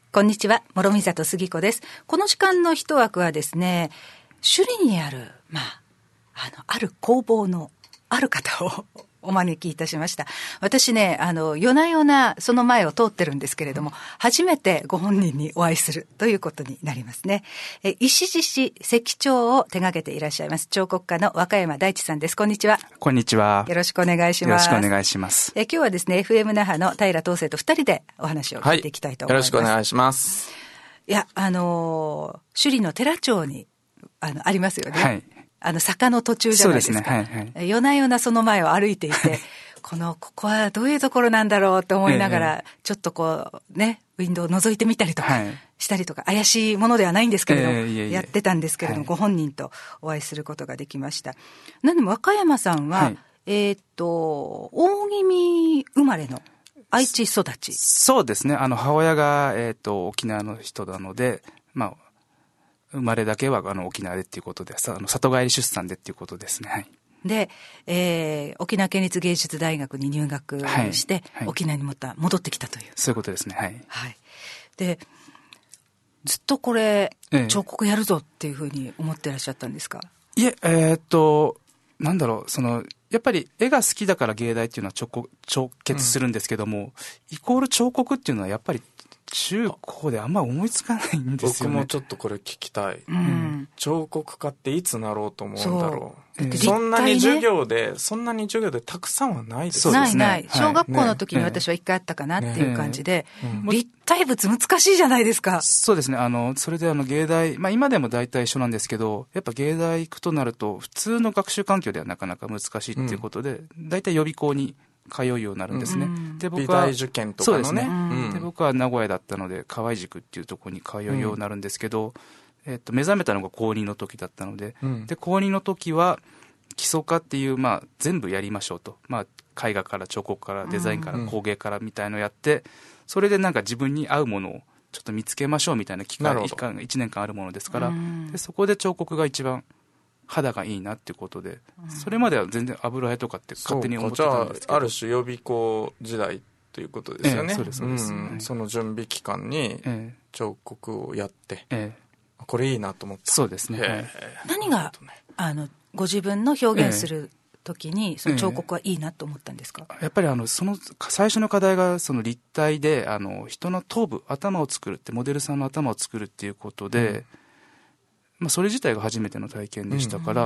こんにちは、諸見里杉子です。この時間の一枠はですね、首里にある、ある工房のある方をお招きいたしました。私ね、夜な夜なその前を通ってるんですけれども、初めてご本人にお会いするということになりますね。石獅子石彫を手掛けていらっしゃいます彫刻家の若山大地さんです。こんにちは。 こんにちは。 よろしくお願いします。 よろしくお願いします。 今日はですね、FM 那覇の平東生と2人でお話を聞いていきたいと思います。 よろしくお願いします。 いや、首里の寺町にありますよね。 はい。 坂の途中じゃないですか。 そうですね。はいはい。 夜な夜なその前を歩いていて、ここはどういうところなんだろうと思いながら、ちょっとこうね、ウィンドウを覗いてみたりとかしたりとか、怪しいものではないんですけれども、やってたんですけれども、ご本人とお会いすることができました。なんでも若山さんは、大宜味生まれの愛知育ち。 そうですね。母親が、沖縄の人なので、生まれだけは沖縄でっていうことで、里帰り出産でっていうことですね。はい。 で、沖縄県立芸術大学に入学して、沖縄にまた戻ってきたという。 そういうことですね。はい。 はい。で、ずっとこれ、彫刻やるぞっていうふうに思ってらっしゃったんですか？ いえ、なんだろう、やっぱり絵が好きだから芸大っていうのは直結するんですけども、イコール彫刻っていうのはやっぱり中高であんま思いつかないんですよね。 僕もちょっとこれ聞きたい。彫刻家っていつなろうと思うんだろう。そんなに授業でたくさんはないですよね。 ない。小学校の時に私は一回あったかなっていう感じで、立体物難しいじゃないですか。 そうですね。それで芸大、今でも大体一緒なんですけど、やっぱ芸大行くとなると、普通の学習環境ではなかなか難しいっていうことで、大体予備校に通うようになるんですね。で、僕は美大受験とかのね。 そうですね。で、僕は名古屋だったので、河合塾っていうところに通うようになるんですけど、目覚めたのが高2の時だったので、で、高2の時は、基礎科っていう、全部やりましょうと。絵画から彫刻からデザインから工芸からみたいのをやって、それでなんか自分に合うものをちょっと見つけましょうみたいな期間が1年間あるものですから、でそこで彫刻が一番肌がいいなっていうことで、それまでは全然油絵とかって勝手に思ってたんですけど。 じゃあ、ある種予備校時代ということですよね。 そうです、そうです。 その準備期間に彫刻をやって、これいいなと思った。 そうですね。 何が、ご自分の表現する時に、その彫刻はいいなと思ったんですか？ やっぱり最初の課題が立体で、人の頭部、頭を作るって、モデルさんの頭を作るっていうことで、それ自体が初めての体験でしたから、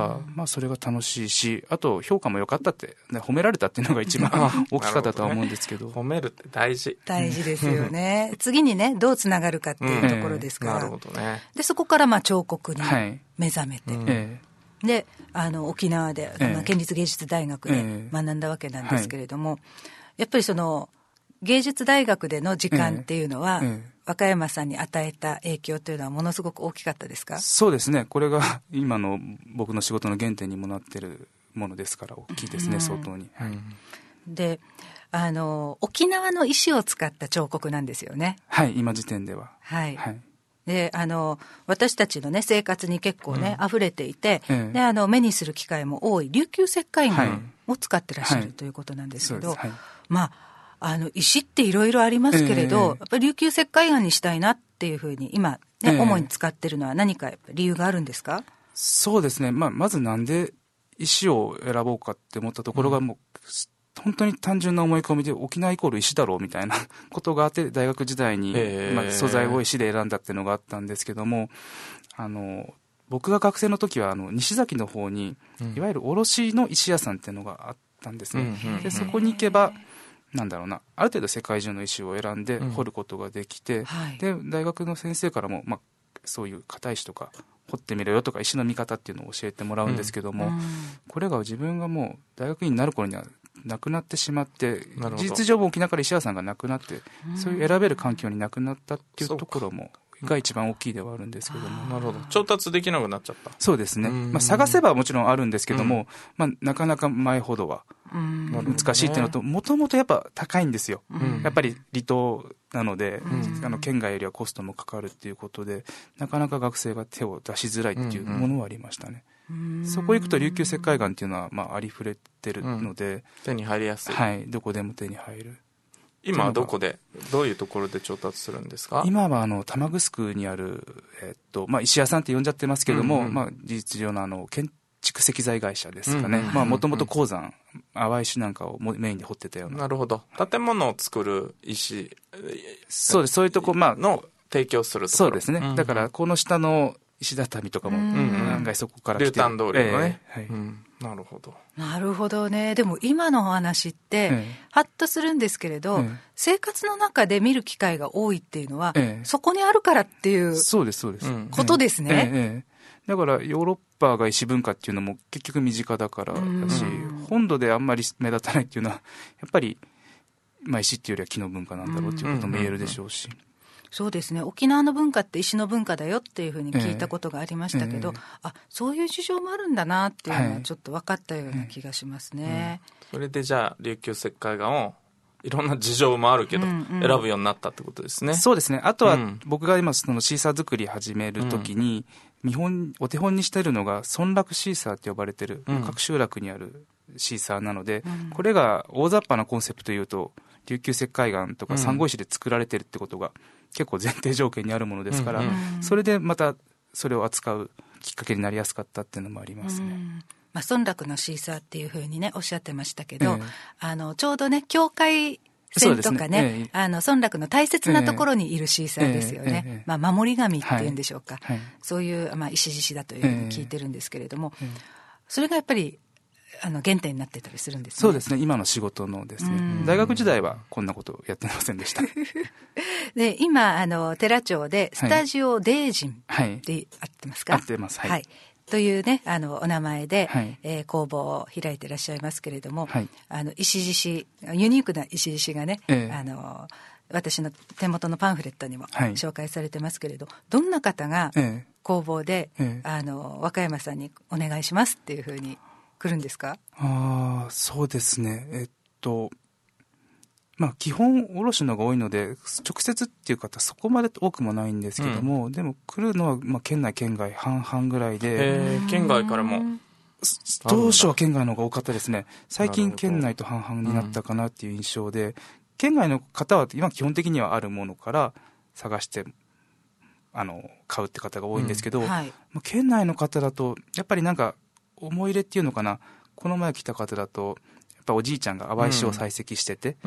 それが楽しいし、あと評価も良かったって、褒められたっていうのが一番大きかったとは思うんですけど。 褒めるって大事ですよね。次にね、どうつながるかっていうところですから。 なるほどね。 で、そこから彫刻に目覚めて。で、沖縄で、県立芸術大学で学んだわけなんですけれども、やっぱり芸術大学での時間っていうのは、若山さんに与えた影響というのはものすごく大きかったですか？ そうですね。これが今の僕の仕事の原点にもなっているものですから大きいですね、相当に。 で、沖縄の石を使った彫刻なんですよね。 はい、今時点では。 はい。で、私たちのね、生活に結構ね、溢れていて、で、目にする機会も多い琉球石灰岩を使ってらっしゃるということなんですけど、石っていろいろありますけれど、やっぱり琉球石灰岩にしたいなっていうふうに、今、ね、主に使ってるのは何か理由があるんですか？ そうですね。まずなんで石を選ぼうかって思ったところがもう、本当に単純な思い込みで沖縄イコール石だろうみたいなことがあって、大学時代に、素材を石で選んだっていうのがあったんですけども、僕が学生の時は西崎の方に、いわゆる卸の石屋さんっていうのがあったんですね。でそこに行けばある程度世界中の石を選んで彫ることができて、で大学の先生からも、そういう硬い石とか掘ってみろよとか石の見方っていうのを教えてもらうんですけども、これが自分がもう大学院になる頃にはなくなってしまって、事実上も沖縄から石屋さんがなくなって、そういう選べる環境になくなったっていうところもが一番大きいではあるんですけども。 なるほど。調達できなくなっちゃった。 そうですね。探せばもちろんあるんですけども、なかなか前ほどは難しいっていうのと、もともとやっぱ高いんですよ。やっぱり離島なので、県外よりはコストもかかるっていうことで、なかなか学生が手を出しづらいっていうものはありましたね。そこ行くと琉球石灰岩っていうのはありふれてるので、 手に入りやすい。 はい、どこでも手に入る。 今はどこで、どういうところで調達するんですか？ 今は玉城にある、石屋さんって呼んじゃってますけども、事実上の建築石材会社ですかね。もともと鉱山、淡石なんかをメインで掘ってたような。 なるほど。建物を作る石。 そうです。そういうとこ、 の提供するところ。 そうですね。だから、この下の石畳とかも、案外そこから来てる。 竜丹通りのね。 なるほど。なるほどね。でも今のお話って、ハッとするんですけれど、生活の中で見る機会が多いっていうのは、そこにあるからっていう、 そうです、そうです。 ことですね。 だからヨーロッパが石文化っていうのも結局身近だからだし、本土であんまり目立たないっていうのは、やっぱり、石っていうよりは木の文化なんだろうっていうことも言えるでしょうし。 そうですね。沖縄の文化って石の文化だよっていうふうに聞いたことがありましたけど、そういう事情もあるんだなっていうのはちょっと分かったような気がしますね。 それでじゃあ琉球石灰岩をいろんな事情もあるけど選ぶようになったってことですね。 そうですね。あとは僕が今そのシーサー作り始めるときに、お手本にしているのが村落シーサーって呼ばれてる、各集落にあるシーサーなので、これが大雑把なコンセプトというと琉球石灰岩とか珊瑚石で作られてるってことが結構前提条件にあるものですから、それでまたそれを扱うきっかけになりやすかったっていうのもありますね。 村落のシーサーっていうふうにねおっしゃってましたけど、ちょうどね境界線とかね、村落の大切なところにいるシーサーですよね。守り神っていうんでしょうか、そういう、石獅子だというふうに聞いてるんですけれども、それがやっぱり原点になってたりするんですね。 そうですね。今の仕事のですね。大学時代はこんなことをやってませんでした。 で、今寺町でスタジオデージンって合ってますか？ 合ってます。はい。 というねお名前で、工房を開いていらっしゃいますけれども、石獅子ユニークな石獅子がね、私の手元のパンフレットにも紹介されてますけれど、どんな方が工房で、和歌山さんにお願いしますっていうふうに来るんですか？ そうですね。基本卸のが多いので直接っていう方そこまで多くもないんですけども、でも来るのは県内県外半々ぐらいで、 県外からも当初は県外の方が多かったですね。最近県内と半々になったかなっていう印象で、県外の方は今基本的にはあるものから探して買うって方が多いんですけど、県内の方だとやっぱりなんか思い入れっていうのかな、この前来た方だとやっぱおじいちゃんが淡石を採石してて、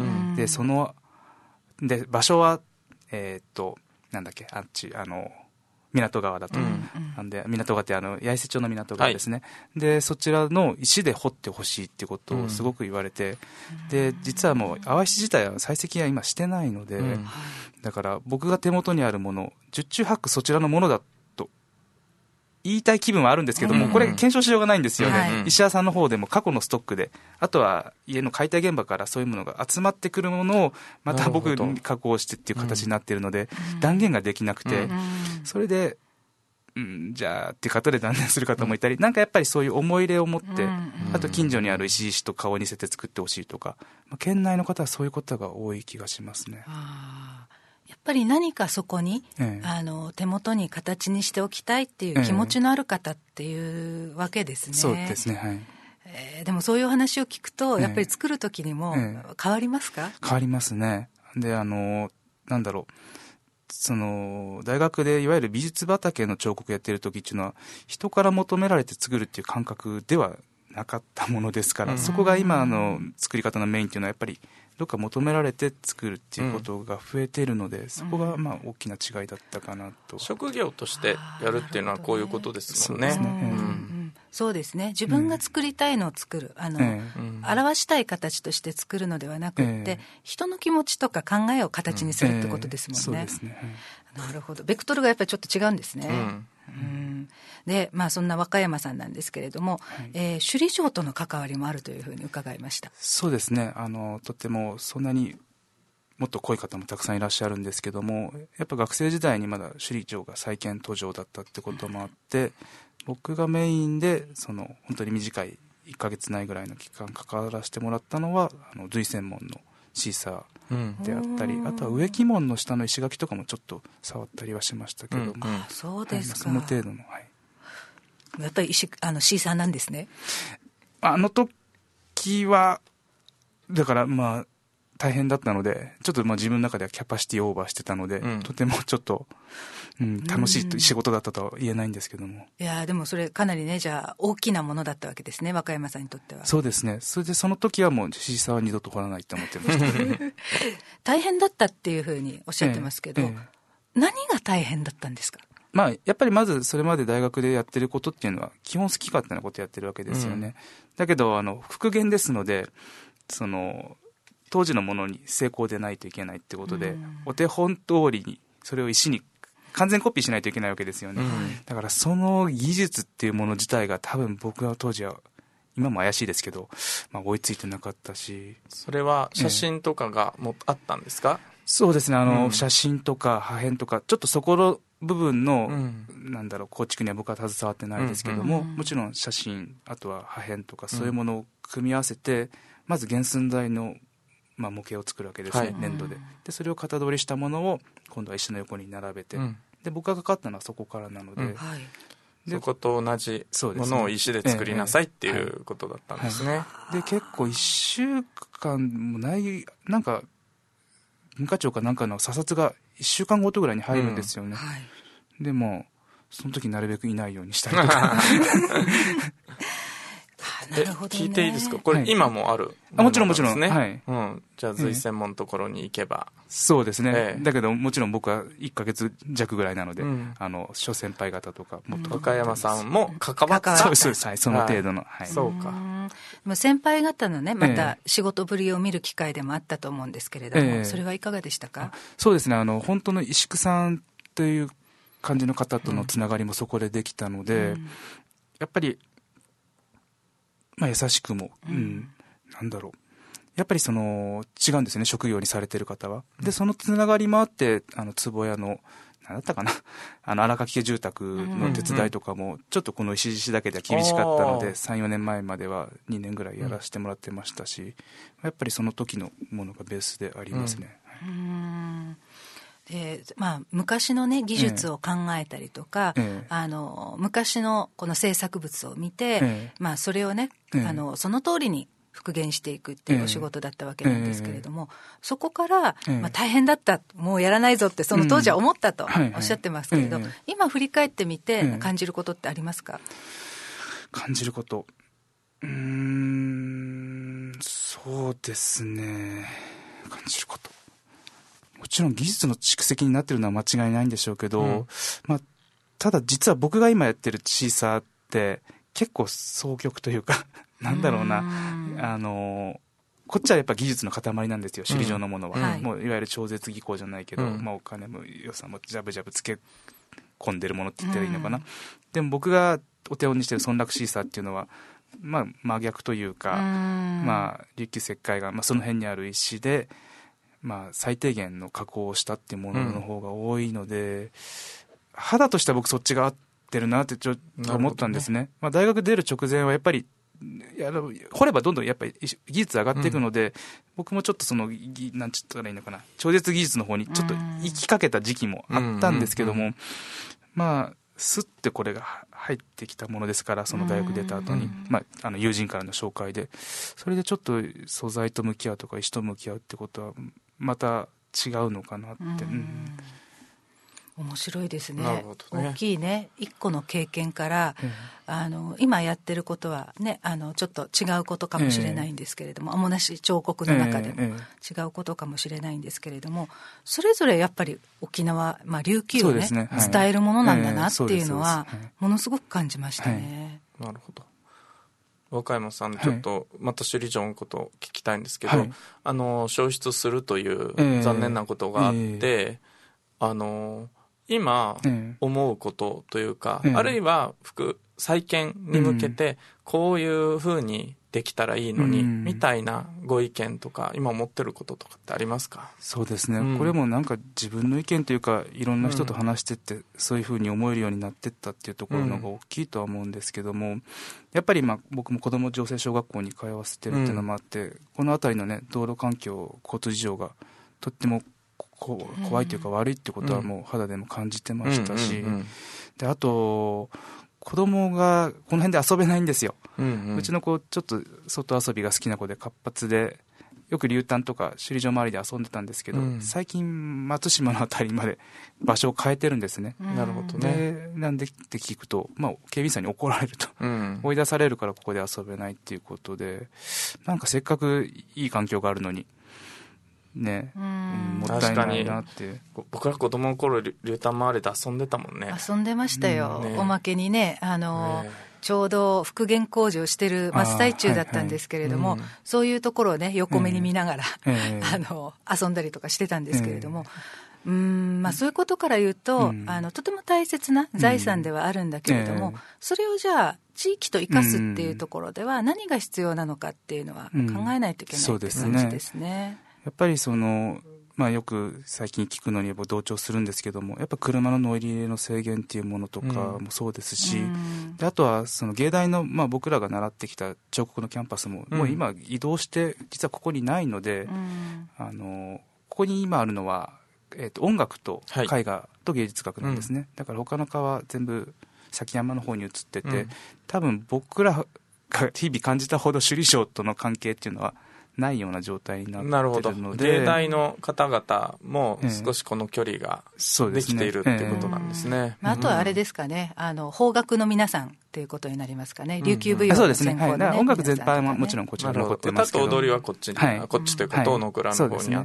で場所はなんだっけ港川だと、なんで港川って八重瀬町の港川ですね、でそちらの石で掘ってほしいっていうことをすごく言われて、で実はもう淡石自体は採石は今してないので、だから僕が手元にあるもの十中八九そちらのものだと言いたい気分はあるんですけども、これ検証しようがないんですよね。石屋さんの方でも過去のストックで、あとは家の解体現場からそういうものが集まってくるものをまた僕に加工してっていう形になっているので、断言ができなくて、それでじゃあっていう方で断念する方もいたり、なんかやっぱりそういう思い入れを持って、あと近所にある石石と顔を似せて作ってほしいとか、県内の方はそういうことが多い気がしますね。 やっぱり何かそこに、手元に形にしておきたいっていう気持ちのある方っていうわけですね。 そうですね。はい。 でもそういう話を聞くと、やっぱり作る時にも変わりますか？ 変わりますね。でなんだろう、大学でいわゆる美術畑の彫刻やってる時っていうのは人から求められて作るっていう感覚ではなかったものですから、そこが今の作り方のメインっていうのはやっぱりどっか求められて作るっていうことが増えているので、そこが大きな違いだったかなと。 職業としてやるっていうのはこういうことですもんね。 そうですね。自分が作りたいのを作る、表したい形として作るのではなくって、人の気持ちとか考えを形にするってことですもんね。 そうですね。 なるほど。ベクトルがやっぱりちょっと違うんですね。で、そんな和歌山さんなんですけれども、首里城との関わりもあるというふうに伺いました。 そうですね。とてもそんなにもっと濃い方もたくさんいらっしゃるんですけども、やっぱ学生時代にまだ首里城が再建途上だったってこともあって、僕がメインで本当に短い1ヶ月内ぐらいの期間関わらせてもらったのは瑞泉門のシーサーであったり、あとは植木門の下の石垣とかもちょっと触ったりはしましたけども、 そうですか。 その程度の、 やっぱりシーサーなんですね。 時はだから大変だったので、ちょっと自分の中ではキャパシティオーバーしてたので、とてもちょっと、楽しい仕事だったとは言えないんですけども。 いやでもそれかなりね、じゃあ大きなものだったわけですね、若山さんにとっては。 そうですね。それでその時はもうシーサーは二度と掘らないと思ってました大変だったっていうふうにおっしゃってますけど、何が大変だったんですか？ やっぱりまずそれまで大学でやってることっていうのは基本好き勝手なことやってるわけですよね。だけど復元ですので、当時のものに成功でないといけないってことで、お手本通りにそれを石に完全コピーしないといけないわけですよね。だからその技術っていうもの自体が多分僕は当時は、今も怪しいですけど、追いついてなかったし。 それは写真とかがあったんですか？ そうですね、写真とか破片とか、ちょっとそこの部分の、構築には僕は携わってないですけども、もちろん写真、あとは破片とかそういうものを組み合わせて、まず原寸大の模型を作るわけですね、粘土で。でそれを型取りしたものを今度は石の横に並べて、で僕がかかったのはそこからなので、 そこと同じものを石で作りなさいっていうことだったんですね。 で結構1週間もない、なんか文化庁かなんかの査察が1週間ごとぐらいに入るんですよね。でもその時なるべくいないようにしたりとかなるほどね。 聞いていいですか？これ今もあるもちろんもちろん、 じゃあ随専門のところに行けば、 そうですね、だけどもちろん僕は1ヶ月弱ぐらいなので、諸先輩方とかもっと若山さんも関わった。 そうです、その程度の、 そうか。 先輩方のね、また仕事ぶりを見る機会でもあったと思うんですけれども、それはいかがでしたか？ そうですね、本当の石工さんという感じの方とのつながりもそこでできたので、やっぱり優しくも、やっぱり違うんですね、職業にされてる方は。でそのつながりもあって、坪屋の何だったかな、荒垣家住宅の手伝いとかもちょっとこの石だけでは厳しかったので、3、4年前までは2年ぐらいやらせてもらってましたし、やっぱりその時のものがベースでありますね。 で昔のね技術を考えたりとか、昔のこの制作物を見て、それをね、その通りに復元していくっていうお仕事だったわけなんですけれども、そこから、大変だった、もうやらないぞってその当時は思ったとおっしゃってますけれど、今振り返ってみて感じることってありますか？ 感じること、そうですね、感じること、もちろん技術の蓄積になってるのは間違いないんでしょうけど、ただ実は僕が今やってるシーサーって結構双極というかなんだろうな、こっちはやっぱ技術の塊なんですよ、首里城のものは、もういわゆる超絶技巧じゃないけど、お金も予算もジャブジャブつけ込んでるものって言ったらいいのかな。でも僕がお手本にしてる村落シーサーっていうのは真逆というか、琉球石灰が、その辺にある石で最低限の加工をしたっていうものの方が多いので、肌としては僕そっちが合ってるなってちょっと思ったんですね。大学出る直前はやっぱり掘ればどんどんやっぱり技術上がっていくので、僕もちょっとなんて言ったらいいのかな、超絶技術の方にちょっと行きかけた時期もあったんですけども、スッてこれが入ってきたものですから、その大学出た後に、友人からの紹介で、それでちょっと素材と向き合うとか石と向き合うってことはまた違うのかなって、 面白いですね。 なるほどね。 大きいね一個の経験から、今やってることはねちょっと違うことかもしれないんですけれども、同じ彫刻の中でも違うことかもしれないんですけれども、それぞれやっぱり沖縄、琉球をね伝えるものなんだなっていうのはものすごく感じましたね。 なるほど。若山さん、ちょっとまた首里城のことを聞きたいんですけど、消失するという残念なことがあって、今思うことというか、あるいは再建に向けてこういうふうにできたらいいのに、みたいなご意見とか今思ってることとかってありますか？ そうですね、これもなんか自分の意見というか、いろんな人と話してって、そういうふうに思えるようになってったっていうところの方が大きいとは思うんですけども、やっぱり僕も子ども女性小学校に通わせてるっていうのもあって、この辺りのね道路環境、交通事情がとっても怖いというか悪いってことはもう肌でも感じてましたし、であと子供がこの辺で遊べないんですよ。うちの子ちょっと外遊びが好きな子で活発で、 よく竜潭とか首里城周りで遊んでたんですけど、最近松島のあたりまで場所を変えてるんですね。 なるほどね。 なんでって聞くと、警備員さんに怒られると、追い出されるからここで遊べないっていうことで、なんかせっかくいい環境があるのにね、もったいないなって。 僕ら子供の頃竜潭周りで遊んでたもんね。 遊んでましたよ、おまけにね、ちょうど復元工事をしてる真っ最中だったんですけれども、そういうところをね横目に見ながら、遊んだりとかしてたんですけれども、そういうことから言うと、とても大切な財産ではあるんだけれども、それをじゃあ地域と生かすっていうところでは何が必要なのかっていうのは考えないといけないって感じですね。 やっぱりよく最近聞くのに同調するんですけども、やっぱ車の乗り入れの制限っていうものとかもそうですし、であとは芸大の、僕らが習ってきた彫刻のキャンパスも、もう今移動して実はここにないので、ここに今あるのは、音楽と絵画と芸術学なんですね。だから他の科は全部崎山の方に移ってて、多分僕らが日々感じたほど首里城との関係っていうのはないような状態になっているので。なるほど。 芸大の方々も少しこの距離ができているっていうことなんですね。 あとはあれですかね、邦楽の皆さんっていうことになりますかね。琉球舞踊の専攻のね、 音楽全般はもちろんこちらに残ってますけど、 歌と踊りはこっちに、こっちというか東の蔵の方にあって、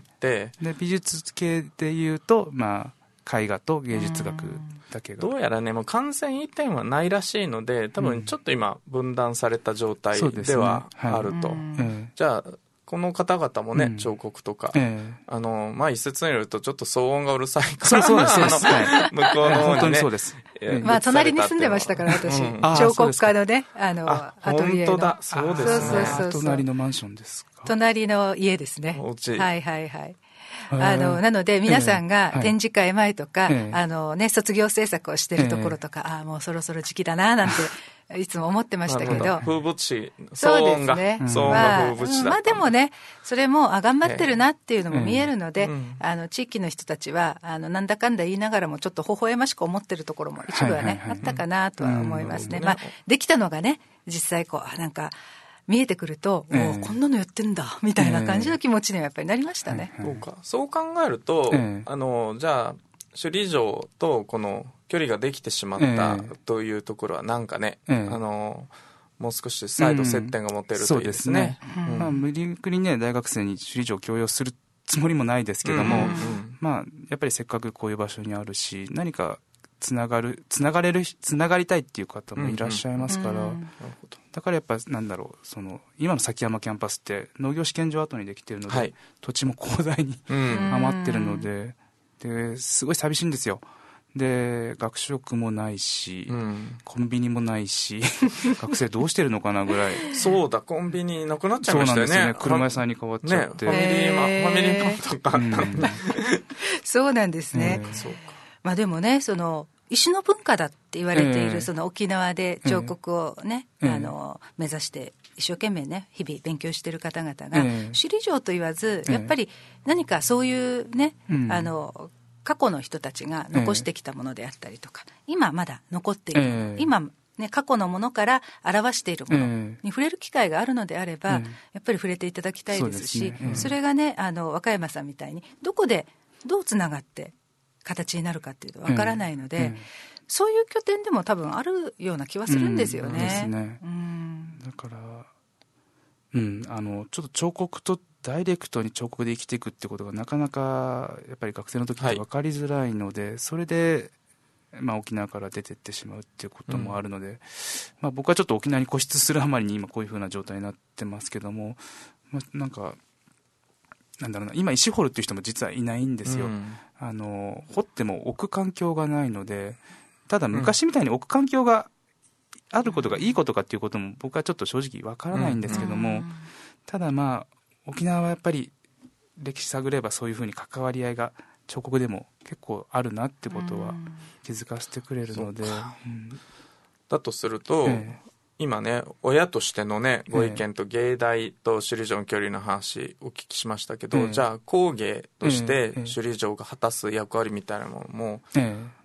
で美術系でいうと絵画と芸術学だけが、 どうやらねもう完全移転はないらしいので、多分ちょっと今分断された状態ではあると。じゃあこの方々もね、彫刻とか、一説によるとちょっと騒音がうるさいから、 そうです向こうの方にね、 隣に住んでましたから私、彫刻家のね、アトリエの。 本当だ、そうですね。 隣のマンションですか。 隣の家ですね。 お家。 はいはいはい。なので皆さんが展示会前とか、卒業制作をしてるところとか、もうそろそろ時期だななんていつも思ってましたけど、 風物詩、騒音が風物詩だった。 でもね、それも頑張ってるなっていうのも見えるので、地域の人たちはなんだかんだ言いながらもちょっと微笑ましく思ってるところも一部はね、あったかなとは思いますね。できたのがね、実際なんか見えてくると、こんなのやってんだみたいな感じの気持ちにはやっぱりなりましたね。 そう考えると、じゃあ首里城とこの距離ができてしまったというところはなんかね、もう少し再度接点が持てるといいですね。 無理くりね大学生に首里城を強要するつもりもないですけども、やっぱりせっかくこういう場所にあるし、何かつながりたいっていう方もいらっしゃいますから、だからやっぱ今の崎山キャンパスって農業試験場跡にできているので、土地も広大に余ってるので、すごい寂しいんですよ。で学食もないし、コンビニもないし学生どうしてるのかなぐらい。 そうだ、コンビニなくなっちゃいましたよね。 そうなんですね、車屋さんに変わっちゃって、 ファミリーマートがあったので、 そうなんですね。でもね、石の文化だって言われている沖縄で彫刻をね、目指して一生懸命ね日々勉強している方々が、首里城と言わずやっぱり何かそういうね、過去の人たちが残してきたものであったりとか、今まだ残っている、今ね、過去のものから表しているものに触れる機会があるのであれば、やっぱり触れていただきたいですし、それがね和歌山さんみたいにどこでどうつながって形になるかっていうとわからないので、そういう拠点でも多分あるような気はするんですよね。 ですね。だからちょっと彫刻とダイレクトに彫刻で生きていくってことがなかなかやっぱり学生の時って分かりづらいので、それで沖縄から出てってしまうっていうこともあるので、僕はちょっと沖縄に固執するあまりに今こういう風な状態になってますけども、なんかなんだろうな、今石掘るっていう人も実はいないんですよ。掘っても置く環境がないので、ただ昔みたいに置く環境があることがいいことかっていうことも僕はちょっと正直わからないんですけども、ただ沖縄はやっぱり歴史探ればそういうふうに関わり合いが彫刻でも結構あるなってことは気づかせてくれるので、 だとすると、今ね親としてのねご意見と芸大と首里城の距離の話お聞きしましたけど、じゃあ工芸として首里城が果たす役割みたいなものも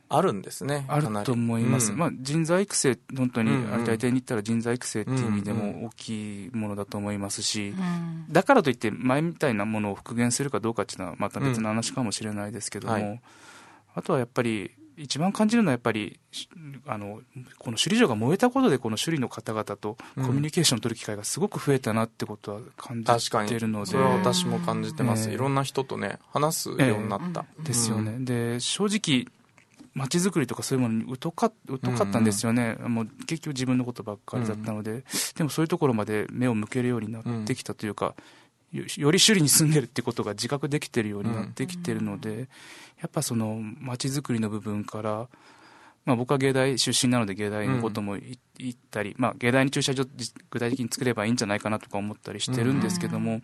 あるんですね。 あると思います。人材育成、本当に有田店に行ったら人材育成っていう意味でも大きいものだと思いますし、だからといって前みたいなものを復元するかどうかっていうのはまた別の話かもしれないですけども、あとはやっぱり一番感じるのはやっぱりこの首里城が燃えたことでこの首里の方々とコミュニケーションを取る機会がすごく増えたなってことは感じているので、 それは私も感じてます。いろんな人とね話すようになった、 ですよね。で正直街づくりとかそういうものに疎かったんですよね。もう結局自分のことばっかりだったので、でもそういうところまで目を向けるようになってきたというか、より首里に住んでるってことが自覚できてるようになってきてるので、やっぱその街づくりの部分から、僕は芸大出身なので芸大のことも言ったり、芸大に駐車場具体的に作ればいいんじゃないかなとか思ったりしてるんですけども、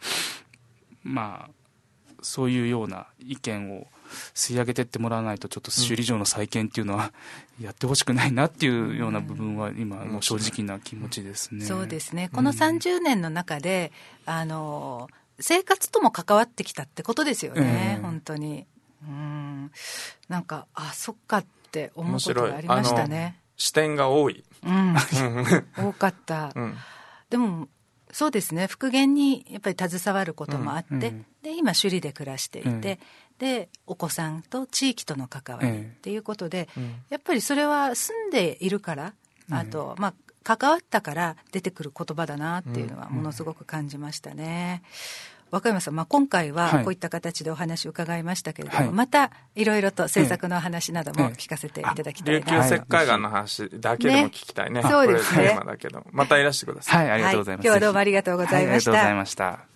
そういうような意見を吸い上げてってもらわないとちょっと首里城の再建っていうのはやってほしくないなっていうような部分は今の正直な気持ちですね。 そうですね。この30年の中で生活とも関わってきたってことですよね、本当に。なんかそっかって思うことがありましたね。 視点が多い、 多かった、でもそうですね、復元にやっぱり携わることもあって、で今首里で暮らしていて、でお子さんと地域との関わりっていうことで、やっぱりそれは住んでいるから、あと関わったから出てくる言葉だなっていうのはものすごく感じましたね。若山さん、今回はこういった形でお話を伺いましたけれども、またいろいろと制作の話なども聞かせていただきたいな。 琉球石灰岩の話だけでも聞きたいね。 そうですね。 これテーマだけど、またいらしてください。 ありがとうございます。 今日はどうもありがとうございました。 ありがとうございました。